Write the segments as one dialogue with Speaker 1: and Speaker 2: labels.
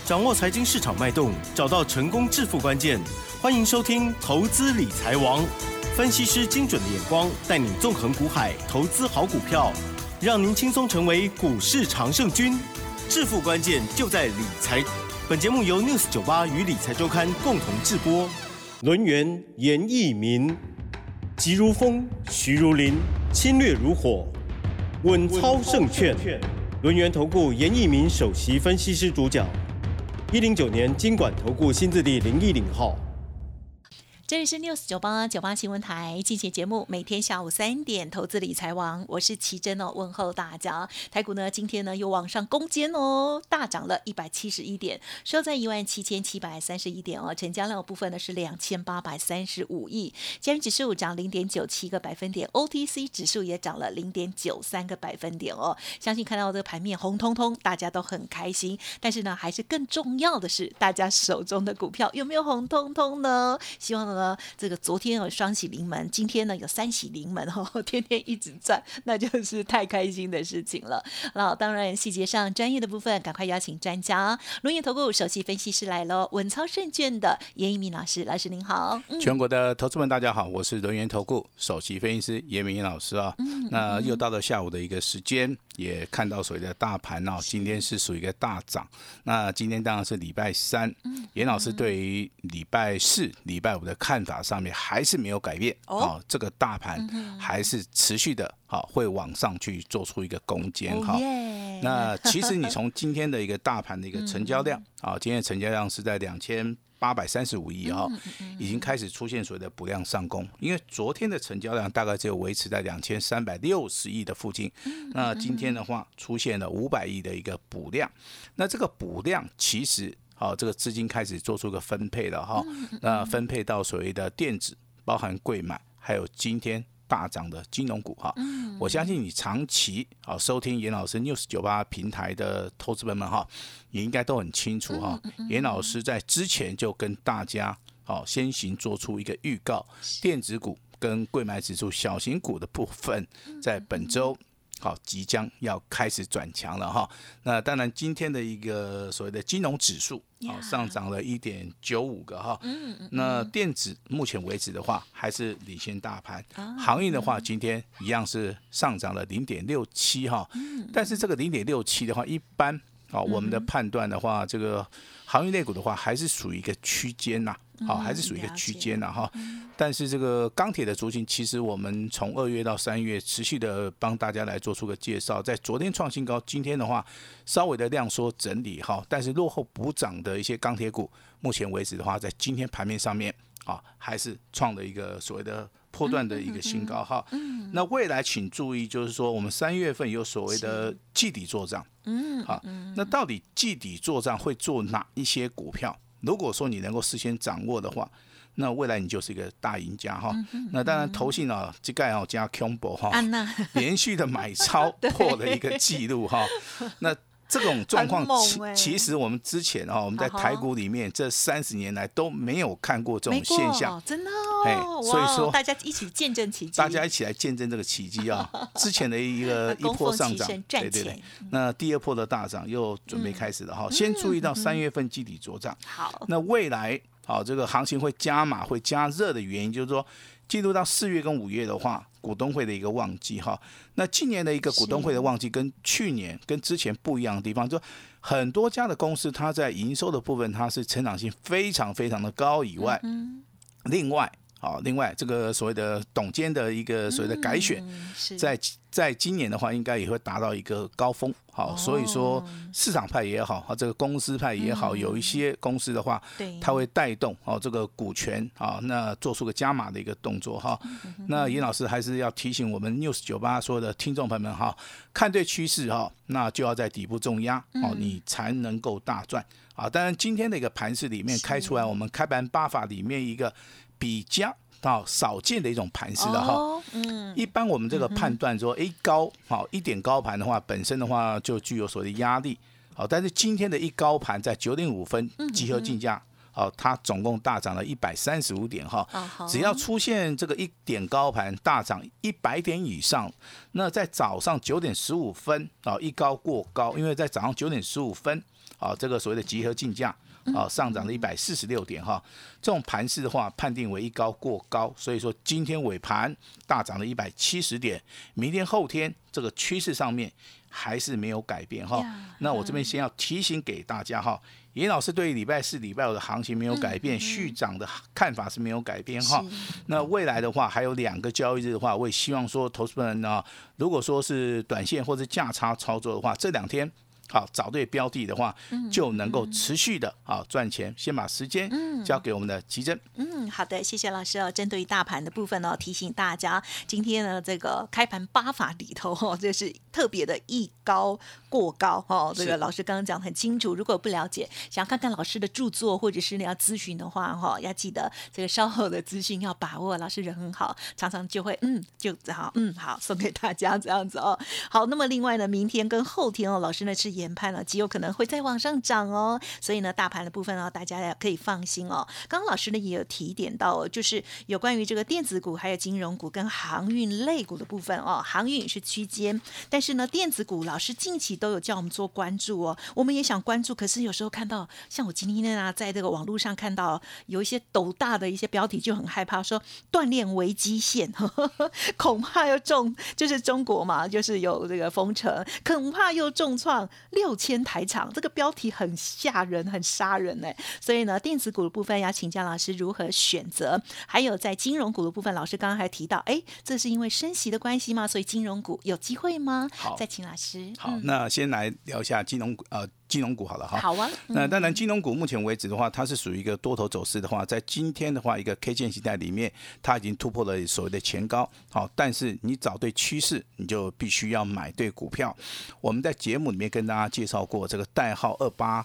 Speaker 1: 掌握财经市场脉动，找到成功致富关键。欢迎收听《投资理财王》，分析师精准的眼光，带你纵横股海，投资好股票，让您轻松成为股市常胜军。致富关键就在理财。本节目由 News98 与理财周刊共同制播。轮源严义民，急如风，徐如林，侵略如火，稳操胜券。轮源投顾严义民首席分析师主讲。109年金管投顾新字第010号。
Speaker 2: 这里是 News98 新闻台，进行节目，每天下午3点，投资理财王，我是奇珍哦，问候大家。台股呢，今天呢又往上攻坚哦，大涨了171点，收在17731点哦，成交量的部分呢是2835亿，加元指数涨0.97个百分点 ，OTC 指数也涨了0.93个百分点哦。相信看到这个盘面红彤彤，大家都很开心，但是呢，还是更重要的是，大家手中的股票有没有红彤彤呢？希望呢。这个昨天有双喜临门，今天呢有3喜临门哦，天天一直赚，那就是太开心的事情了。那当然细节上专业的部分，赶快邀请专家，轮源投顾首席分析师来了，稳操胜券的严义民老师，老师您好。
Speaker 3: 全国的投资们大家好，我是轮源投顾首席分析师严明老师啊。那又到了下午的一个时间，也看到所谓的大盘哦，今天是属于一个大涨。那今天当然是礼拜三，严老师对于礼拜四、礼拜五的看法上面还是没有改变哦，这个大盘还是持续的会往上去做出一个攻坚哈。那其实你从今天的一个大盘的一个成交量今天的成交量是在2835亿已经开始出现所谓的补量上攻，因为昨天的成交量大概只有维持在2360亿的附近，那今天的话出现了500亿的一个补量，那这个补量其实这个资金开始做出个分配了哈，那分配到所谓的电子，包含柜买，还有今天大涨的金融股哈。我相信你长期收听严老师 News98 平台的投资人们哈，也应该都很清楚哈。严老师在之前就跟大家先行做出一个预告，电子股跟柜买指数小型股的部分，在本周即将要开始转强了哈。那当然，今天的一个所谓的金融指数上涨了1.95个哈。那电子目前为止的话，还是领先大盘。航运的话，今天一样是上涨了0.67哈。但是这个0.67的话，一般我们的判断的话，这个航运类股的话，还是属于一个区间呐。还是属于一个区间哈。但是这个钢铁的族群，其实我们从2月到3月持续的帮大家来做出个介绍，在昨天创新高，今天的话稍微的量缩整理哈，但是落后补涨的一些钢铁股，目前为止的话，在今天盘面上面还是创了一个所谓的波段的一个新高哈。那未来请注意，就是说我们3月份有所谓的季底作账，那到底季底作账会做哪一些股票？如果说你能够事先掌握的话，那未来你就是一个大赢家哈。那当然投信这个加 combo 连续的买超破了一个记录哈。那这种状况其实我们之前我们在台股里面这30年来都没有看过这种现象，
Speaker 2: 真的
Speaker 3: 所以说
Speaker 2: 大家一起见证奇迹，
Speaker 3: 大家一起来见证这个奇迹之前的一波上涨，对对对，那第二波的大涨又准备开始了哈。先注意到3月份基底作账，好，那未来这个行情会加码会加热的原因，就是说进入到4月跟5月的话，股东会的一个旺季哈。那今年的一个股东会的旺季跟去年跟之前不一样的地方，就很多家的公司它在营收的部分它是成长性非常非常的高以外，另外这个所谓的董监的一个所谓的改选，在今年的话，应该也会达到一个高峰。所以说市场派也好，这个公司派也好，有一些公司的话，它会带动这个股权那做出个加码的一个动作哈。那严老师还是要提醒我们 News98 所有的听众朋友们看对趋势那就要在底部重压你才能够大赚当然今天的一个盘势里面开出来，我们开盘8法里面一个比较少见的一种盘势的一般我们这个判断说一点高盘的话，本身的话就具有所谓的压力但是今天的一高盘在9点5分集合竞价它总共大涨了135点只要出现这个一点高盘大涨100点以上，那在早上9点15分一高过高，因为在早上9点15分这个所谓的集合竞价上涨了146点哈，这种盘势的话判定为一高过高，所以说今天尾盘大涨了170点，明天后天这个趋势上面还是没有改变哈。那我这边先要提醒给大家哈，严老师对礼拜四、礼拜五的行情没有改变，续涨的看法是没有改变哈。那未来的话还有2个交易日的话，我也希望说投资人呢，如果说是短线或者价差操作的话，这2天好找对标的的话，就能够持续的赚钱。先把时间交给我们的奇珍。
Speaker 2: 好的，谢谢老师哦。针对于大盘的部分哦，提醒大家，今天呢这个开盘8法里头哦，这是特别的一高过高哦。这个老师刚刚讲得很清楚，如果不了解，想要看看老师的著作，或者是你要咨询的话哈，要记得这个稍后的资讯要把握。老师人很好，常常就会就好好送给大家这样子哦。好，那么另外呢，明天跟后天哦，老师呢是研判了极有可能会再往上涨哦，所以呢大盘的部分哦，大家可以放心哦。刚刚老师呢也有提点到哦，就是有关于这个电子股、还有金融股跟航运类股的部分哦。航运是区间，但是呢电子股老师近期都有叫我们做关注哦，我们也想关注，可是有时候看到像我今天啊在这个网络上看到有一些斗大的一些标题，就很害怕说锻炼危机线，恐怕又就是中国嘛，就是有这个封城，恐怕又重创6000台厂，这个标题很吓人，很杀人哎。所以呢，电子股的部分要请教老师如何选择，还有在金融股的部分，老师刚刚还提到，这是因为升息的关系吗？所以金融股有机会吗？
Speaker 3: 好，
Speaker 2: 再请老师。
Speaker 3: 好，那先来聊一下金融股好了哈。
Speaker 2: 好啊。
Speaker 3: 那当然，金融股目前为止的话，它是属于一个多头走势的话，在今天的话，一个 K 线形态里面，它已经突破了所谓的前高。好，但是你找对趋势，你就必须要买对股票。我们在节目里面跟大家介绍过这个代号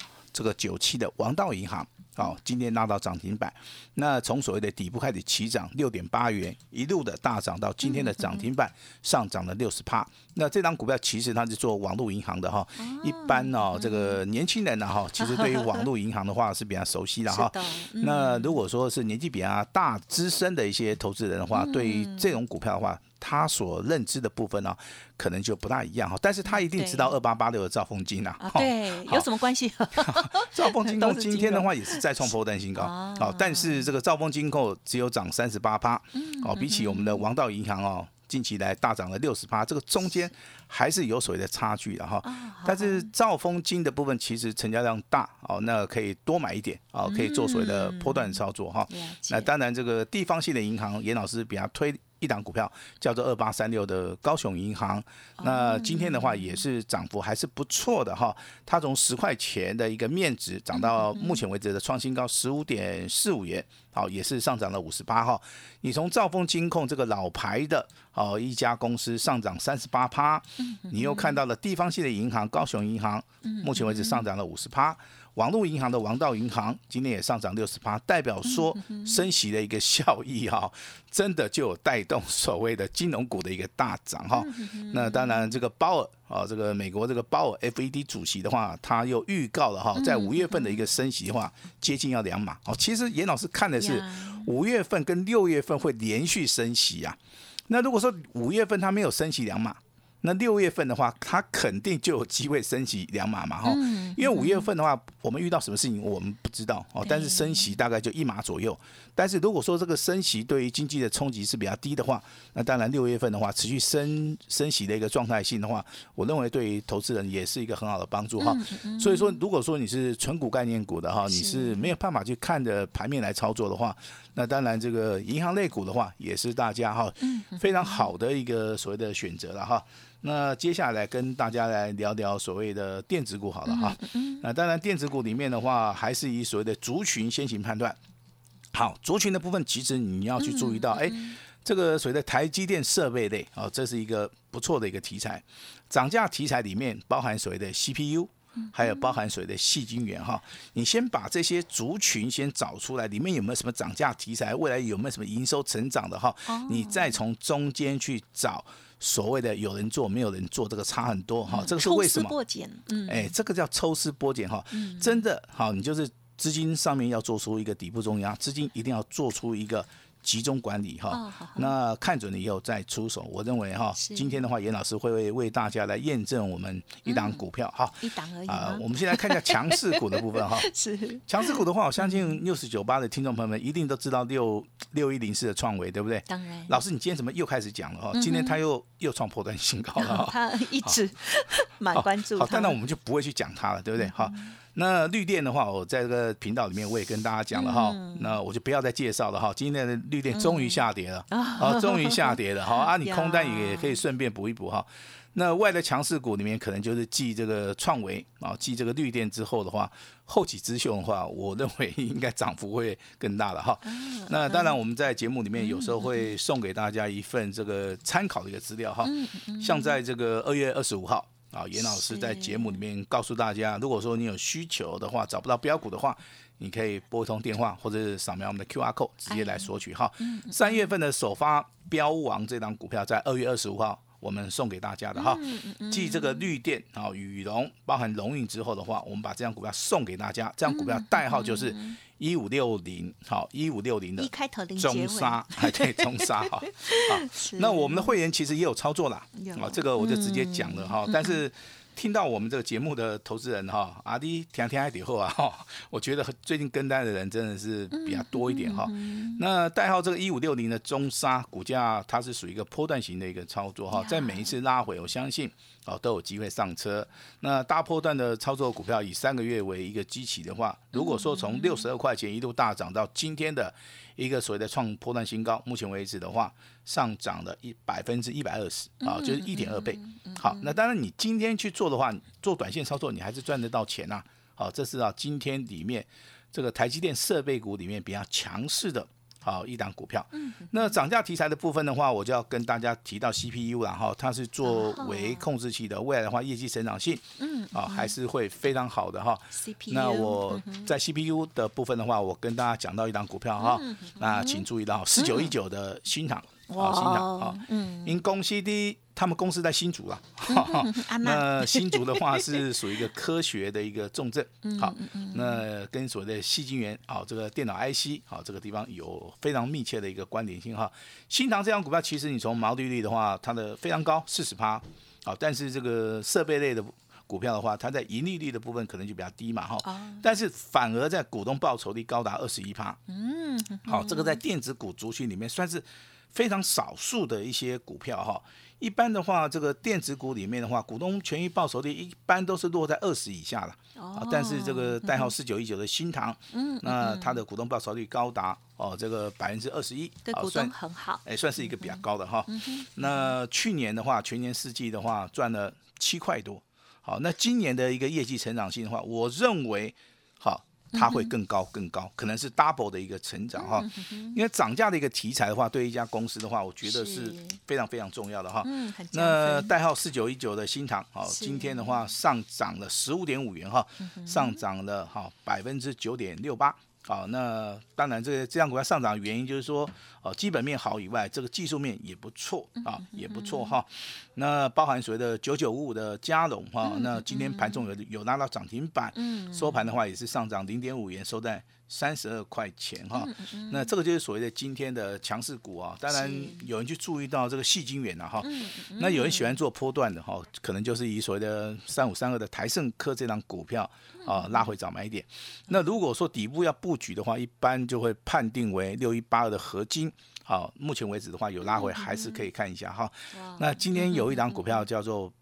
Speaker 3: 2897的王道银行。今天拉到涨停板，那从所谓的底部开始起涨6.8元，一路的大涨到今天的涨停板，上涨了60%。那这张股票其实它是做网络银行的哈，一般这个年轻人其实对于网络银行的话是比较熟悉的哈。那如果说是年纪比较大、资深的一些投资人的话，对于这种股票的话，他所认知的部分可能就不大一样哈，但是他一定知道2886的兆丰金
Speaker 2: 对，有什么关系？
Speaker 3: 兆丰金控今天的话也是再创波段新高，但是这个兆丰金控只有涨38%，比起我们的王道银行近期来大涨了60%，这个中间还是有所谓的差距的哈。但是兆丰金的部分其实成交量大那可以多买一点可以做所谓的波段操作哈。那当然这个地方性的银行，严老师比较推一档股票叫做2836的高雄银行，那今天的话也是涨幅还是不错的哈，它从10块钱的一个面值涨到目前为止的创新高15.45元，好，也是上涨了58%哈。你从兆丰金控这个老牌的一家公司上涨38%，你又看到了地方性的银行高雄银行，目前为止上涨了50%。网络银行的王道银行今天也上涨60%，代表说升息的一个效益真的就有带动所谓的金融股的一个大涨哈。那当然这个鲍尔这个美国这个鲍尔 FED 主席的话，他又预告了在5月份的一个升息的话，接近要2码。其实严老师看的是5月份跟6月份会连续升息啊。那如果说5月份他没有升息2码，那6月份的话，它肯定就有机会升息2码嘛哈，因为5月份的话，我们遇到什么事情我们不知道但是升息大概就1码左右。但是如果说这个升息对于经济的冲击是比较低的话，那当然6月份的话，持续升息的一个状态性的话，我认为对于投资人也是一个很好的帮助哈。所以说，如果说你是纯股概念股的哈，你是没有办法去看着盘面来操作的话，那当然这个银行类股的话，也是大家非常好的一个所谓的选择了哈。那接下来跟大家来聊聊所谓的电子股好了哈。那当然电子股里面的话，还是以所谓的族群先行判断。好，族群的部分其实你要去注意到，这个所谓的台积电设备类这是一个不错的一个题材。涨价题材里面包含所谓的 CPU，还有包含所谓的矽晶圆哈。你先把这些族群先找出来，里面有没有什么涨价题材，未来有没有什么营收成长的哈，你再从中间去找所谓的有人做没有人做，这个差很多哈。这个是为什么？
Speaker 2: 抽丝剥茧，
Speaker 3: 这个叫抽丝剥茧哈。真的好，你就是资金上面要做出一个底部中压，资金一定要做出一个集中管理
Speaker 2: 好
Speaker 3: 那看准了以后再出手。我认为今天的话，严老师会为大家来验证我们一档股票
Speaker 2: 一档而已吗？
Speaker 3: 我们现在看一下强势股的部分
Speaker 2: 是
Speaker 3: 强势股的话，我相信News98的听众朋友们一定都知道6104的创惟，对不对？
Speaker 2: 当然。
Speaker 3: 老师，你今天怎么又开始讲了今天他又创波段新高了
Speaker 2: 他一直蛮关注他。
Speaker 3: 当然我们就不会去讲它了，对不对？那绿电的话，我在这个频道里面我也跟大家讲了那我就不要再介绍了今天的绿电终于下跌了终于下跌了你空单也可以顺便补一补那外的强势股里面，可能就是继这个创惟继这个绿电之后的话，后起之秀的话，我认为应该涨幅会更大了那当然我们在节目里面有时候会送给大家一份这个参考的一个资料像在这个2月25号。严老师在节目里面告诉大家，如果说你有需求的话，找不到标股的话，你可以拨通电话或者是扫描我们的 QR code 直接来索取3月份的首发标王这档股票，在2月25号我们送给大家的继这个绿电羽绒包含龙运之后的话，我们把这张股票送给大家。这张股票代号就是1560，1560的
Speaker 2: 一开头零
Speaker 3: 中沙，对，中沙那我们的会员其实也有操作啦，这个我就直接讲了但是听到我们这个节目的投资人阿弟听爱以后我觉得最近跟单的人真的是比较多一点那代号这个1560的中沙股价，它是属于一个波段型的一个操作在每一次拉回，我相信都有机会上车。那大波段的操作股票，以3个月为一个基期的话，如果说从62块钱一路大涨到今天的一个所谓的创波段新高，目前为止的话上涨了120%就是 1.2 倍。那当然你今天去做的话，做短线操作你还是赚得到钱这是今天里面这个台积电设备股里面比较强势的一档股票。那涨价题材的部分的话，我就要跟大家提到 CPU 啦它是作为控制器的，未来的话业绩成长性还是会非常好的
Speaker 2: CPU
Speaker 3: 那我在 CPU 的部分的话，我跟大家讲到一档股票那请注意到4919的新唐新唐因公司他们公司在新竹啦那新竹的话是属于一个科学的一个重镇那跟所谓的矽晶圆这个电脑 IC 这个地方有非常密切的一个关联性新唐这张股票其实你从毛利率的话，它的非常高40%但是这个设备类的股票的话，它在盈利率的部分可能就比较低嘛但是反而在股东报酬率高达21%这个在电子股族群里面算是非常少数的一些股票一般的话，这个电子股里面的话，股东权益报酬率一般都是落在20以下了但是这个代号4919的新唐那它的股东报酬率高达这个21%，
Speaker 2: 对股东很好
Speaker 3: 算是一个比较高的那去年的话，全年4季的话赚了7块多那今年的一个业绩成长性的话，我认为它会更高，可能是 double 的一个成长因为涨价的一个题材的话，对一家公司的话，我觉得是非常非常重要的那代号4919的新唐今天的话上涨了15.5元上涨了9.68%那当然这样股票上涨的原因就是说基本面好以外，这个技术面也不错也不错那包含所谓的9955的嘉龙那今天盘中有拉到涨停板收盘的话也是上涨0.5元，收在32块钱那这个就是所谓的今天的强势股当然有人去注意到这个矽晶圆那有人喜欢做波段的可能就是以所谓的3532的台盛科这档股票拉回早买点。那如果说底部要布局的话，一般就会判定为6182的合金目前为止的话有拉回，还是可以看一下那今天有一档股票叫做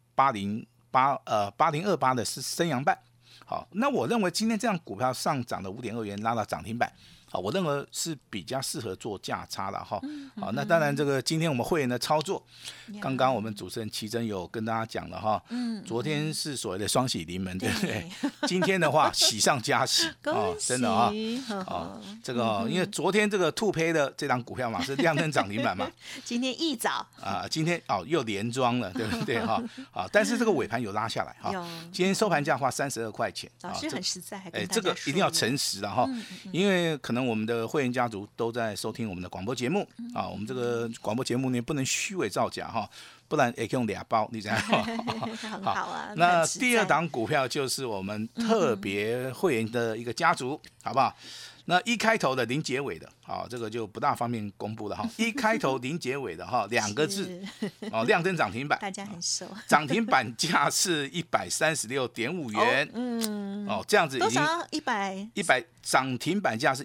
Speaker 3: 8028的是升阳半那我认为今天这样股票上涨的5.2元拉到涨停板我认为是比较适合做价差的那当然这个今天我们会员的操作，刚刚我们主持人奇珍有跟大家讲了昨天是所谓的双喜临门，对不对？今天的话喜上加喜真的这个因为昨天这个兔胚的这档股票嘛是亮灯涨停板嘛
Speaker 2: 今天一早
Speaker 3: 今天又连庄了，对不对但是这个尾盘有拉下来今天收盘价的话32块钱，
Speaker 2: 老师很实在，还跟大家
Speaker 3: 这个一定要诚实的因为可能我们的会员家族都在收听我们的广播节目我们这个广播节目呢不能虚伪造假不然也可以用2包，你知道
Speaker 2: 很好
Speaker 3: 那第二档股票就是我们特别会员的一个家族好不好？ 那1开头的0结尾的，这个就不大方便公布了哈。1开头0结尾的哈，2个字亮灯涨停板，
Speaker 2: 大家很熟。
Speaker 3: 涨停板价是136.5元，这样子已经
Speaker 2: 多少
Speaker 3: 100涨停板价是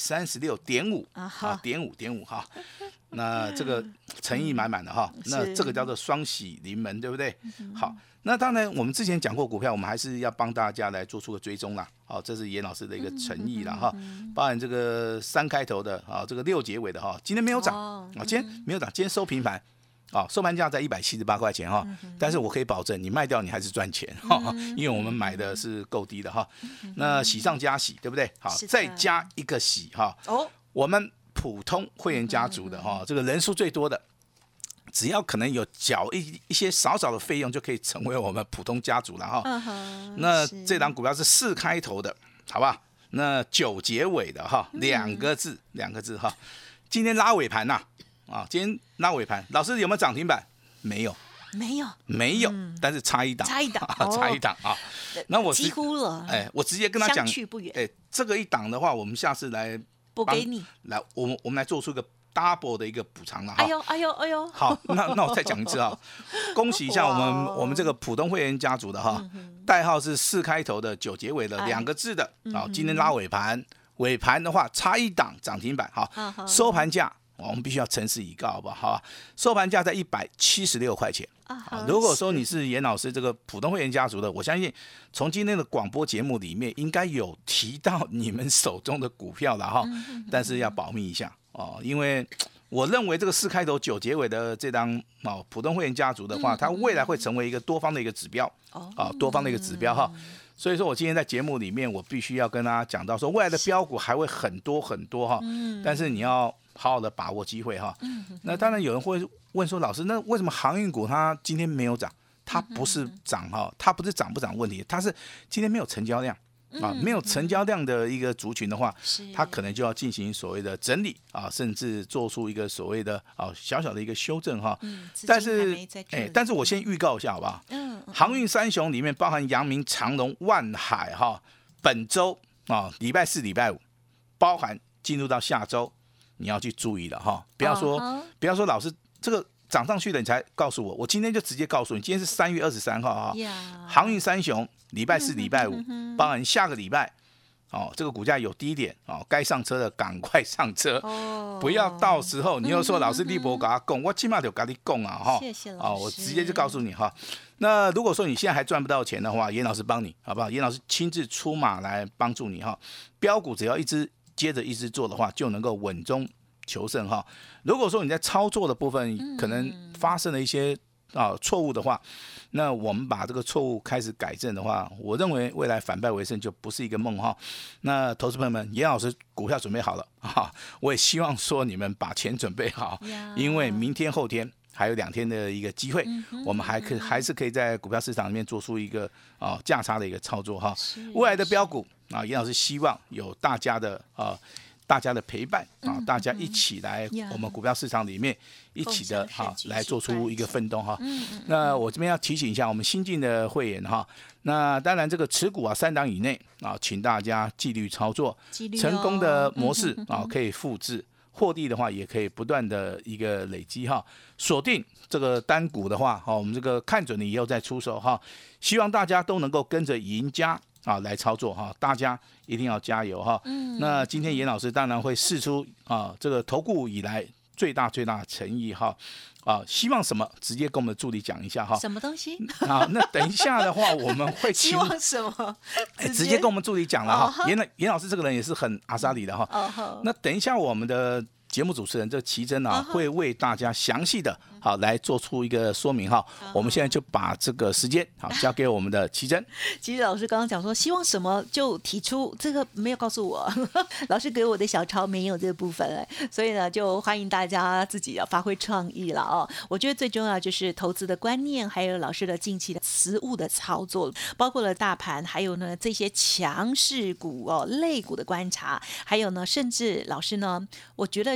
Speaker 3: 136.5.5哈。那这个诚意满满的哈，那这个叫做双喜临门，对不对？好，那当然我们之前讲过股票，我们还是要帮大家来做出个追踪啦。好，这是严老师的一个诚意啦哈，包含这个3开头的这个6结尾的哈，今天没有涨今天没有涨，今天收平盘。收盘价在178块钱哈，但是我可以保证你卖掉你还是赚钱哈，因为我们买的是够低的哈。那喜上加喜，对不对？好，再加一个喜哈。我们普通会员家族的哈，这个人数最多的，只要可能有缴一些少少的费用，就可以成为我们普通家族了哈。那这档股票是4开头的，好不好？那9结尾的哈，2个字哈。今天拉尾盘呐。今天拉尾盘，老师有没有涨停板？没有，但是差一档啊。那我
Speaker 2: 几乎了，
Speaker 3: 我直接跟他讲，
Speaker 2: 相去不远。
Speaker 3: 这个一档的话，我们下次来
Speaker 2: 补给你，
Speaker 3: 来，我们来做出一个 double 的一个补偿了哈。
Speaker 2: 哎呦，
Speaker 3: 好，那我再讲一次哈，恭喜一下我们这个普通会员家族的哈，代号是4开头的9结尾的2个字的，今天拉尾盘，尾盘的话差一档涨停板，好，收盘价。我们必须要诚实以告，好不好？好吧，收盘价在176块钱。如果说你是严老师这个普通会员家族的，我相信从今天的广播节目里面应该有提到你们手中的股票了哈，但是要保密一下因为我认为这个4开头9结尾的这档普通会员家族的话，它未来会成为一个多方的一个指标多方的一个指标哈。所以说我今天在节目里面，我必须要跟大家讲到说，未来的标股还会很多很多哈，但是你要好好的把握机会哈。那当然有人会问说，老师，那为什么航运股它今天没有涨？它不是涨它不是涨不涨问题，它是今天没有成交量没有成交量的一个族群的话，它可能就要进行所谓的整理甚至做出一个所谓的小小的一个修正哈。但是我先预告一下好不好？航运3雄里面包含阳明、长荣、万海哈，本周礼拜4、礼拜5，包含进入到下周，你要去注意了哈，不要说老师这个涨上去了你才告诉我，我今天就直接告诉你，今天是3月23号航运3雄礼拜4、礼拜5，包含下个礼拜这个股价有低点该上车的赶快上车不要到时候你又说老师你没跟我讲，我起码就跟你讲
Speaker 2: 谢谢老师
Speaker 3: 我直接就告诉你哈。那如果说你现在还赚不到钱的话，严老师帮你好不好？严老师亲自出马来帮助你哈。标股只要一支接着一支做的话，就能够稳中求胜哈。如果说你在操作的部分可能发生了一些错误的话，那我们把这个错误开始改正的话，我认为未来反败为胜就不是一个梦哈。那投资朋友们，严老师股票准备好了我也希望说你们把钱准备好，因为明天后天还有2天的一个机会，我们还是可以在股票市场里面做出一个价差的一个操作哈。未来的标股严老师希望有大家的陪伴大家一起来我们股票市场里面一起的来做出一个奋斗哈。那我这边要提醒一下我们新进的会员哈，那当然这个持股3档以内请大家纪律操作，成功的模式可以复制，获利的话也可以不断的一个累积哈。锁定这个单股的话我们这个看准了以后再出手哈。希望大家都能够跟着赢家来操作哈，大家一定要加油哈。那今天严老师当然会释出这个投顾以来最大的诚意哈。希望什么？直接跟我们的助理讲一下哈。
Speaker 2: 什么东西？
Speaker 3: 那等一下的话，我们会
Speaker 2: 希望什么？
Speaker 3: 直接跟我们助理讲了哈。严老师这个人也是很阿莎里的哈。那等一下我们的节目主持人这奇珍会为大家详细的来做出一个说明哈。我们现在就把这个时间交给我们的奇珍。
Speaker 2: 其实老师刚刚讲说希望什么就提出，这个没有告诉我老师给我的小抄没有这个部分所以呢就欢迎大家自己要发挥创意了我觉得最重要就是投资的观念，还有老师的近期的实务的操作，包括了大盘，还有呢这些强势股类股的观察，还有呢甚至老师呢我觉得是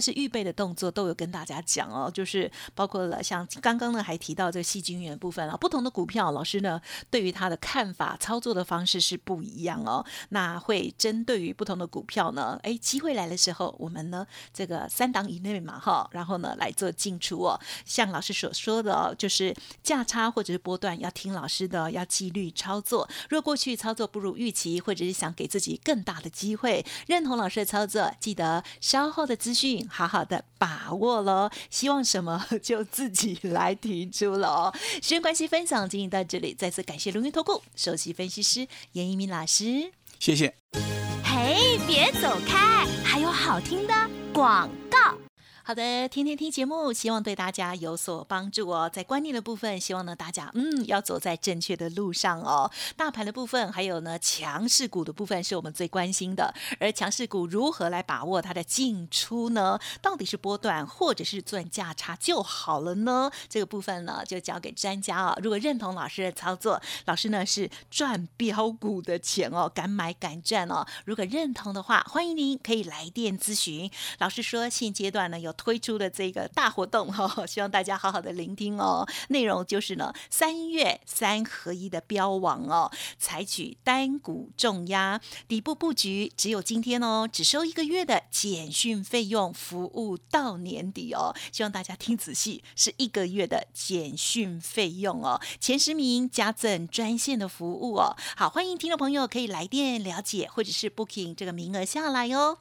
Speaker 2: 时预备的动作都有跟大家讲哦，就是包括了像刚刚呢还提到这个细菌源部分啊，不同的股票老师呢对于他的看法操作的方式是不一样哦，那会针对于不同的股票呢，机会来的时候我们呢这个3档以内嘛然后呢来做进出哦，像老师所说的哦，就是价差或者是波段要听老师的，要纪律操作，若过去操作不如预期，或者是想给自己更大的机会，认同老师的操作，记得稍后的资讯好好的把握咯，希望什么就自己来提出了哦。时间关系，分享进行到这里，再次感谢龙云投顾首席分析师严一鸣老师，
Speaker 3: 谢谢。
Speaker 4: 嘿，别走开，还有好听的广告。
Speaker 2: 好的，天天听节目，希望对大家有所帮助哦。在观念的部分，希望呢大家要走在正确的路上哦。大盘的部分，还有呢强势股的部分，是我们最关心的。而强势股如何来把握它的进出呢？到底是波段，或者是赚价差就好了呢？这个部分呢，就交给专家哦。如果认同老师的操作，老师呢是赚标股的钱哦，敢买敢赚哦。如果认同的话，欢迎您可以来电咨询。老师说，现阶段呢有推出的这个大活动希望大家好好的聆听哦。内容就是呢，3月3合1的标王哦，采取单股重压，底部布局，只有今天哦，只收1个月的简讯费用，服务到年底哦。希望大家听仔细，是1个月的简讯费用哦，前10名加赠专线的服务哦。好，欢迎听众朋友可以来电了解，或者是 booking 这个名额下来哦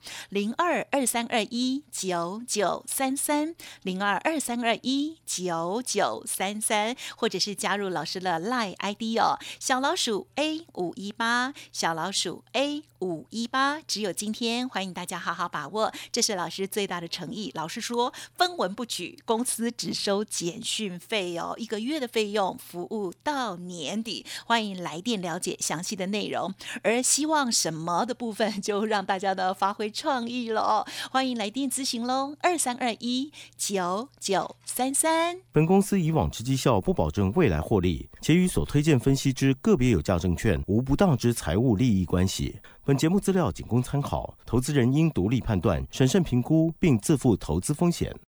Speaker 2: ，0223219933，0223219933，或者是加入老师的 LINE ID 哦，小老鼠 A518，小老鼠 A518，只有今天，欢迎大家好好把握，这是老师最大的诚意。老师说分文不取，公司只收简讯费哦，1个月的费用，服务到年底，欢迎来电了解详细的内容。而希望什么的部分，就让大家呢发挥创意了哦，欢迎来电咨询喽，23219933。
Speaker 1: 本公司以往之绩效不保证未来获利，且与所推荐分析之个别有价证券无不当之财务利益关系。本节目资料仅供参考，投资人应独立判断、审慎评估，并自负投资风险。